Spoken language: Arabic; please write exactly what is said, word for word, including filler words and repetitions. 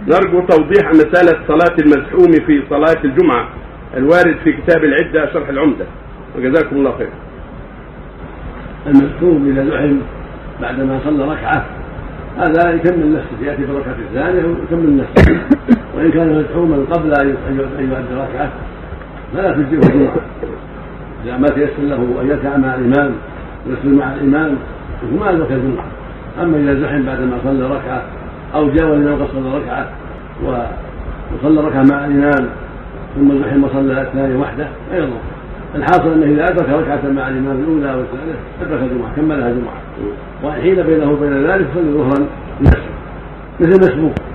نرجو توضيح مسألة صلاة المزحوم في صلاة الجمعة الوارد في كتاب العدة شرح العمدة، وجزاكم الله خير. المزحوم إذا زحم بعدما صلى ركعة هذا يكمل نفسه، يأتي في الركعة الثانية ويكمل نفسه، وإن كان مزحوما قبل أن يؤدي ركعة فلا تجزئه الجمعة إذا ما تيسر له أن يركع مع الإمام ويصلي مع الإمام وما أدرك الجمعة. أما إذا زحم بعدما صلى ركعة أو جاء والإمام قد صلى ركعة وصلى ركعة مع الإمام ثم زحم وصلى الثانية وحده لا يضر. الحاصل أنه إذا أدرك ركعة مع الإمام الأولى والثالثة أدرك الجمعة كملها جمعة، وحين بينه وبين ذلك صلى ظهرا لنفسه مثل مسبوق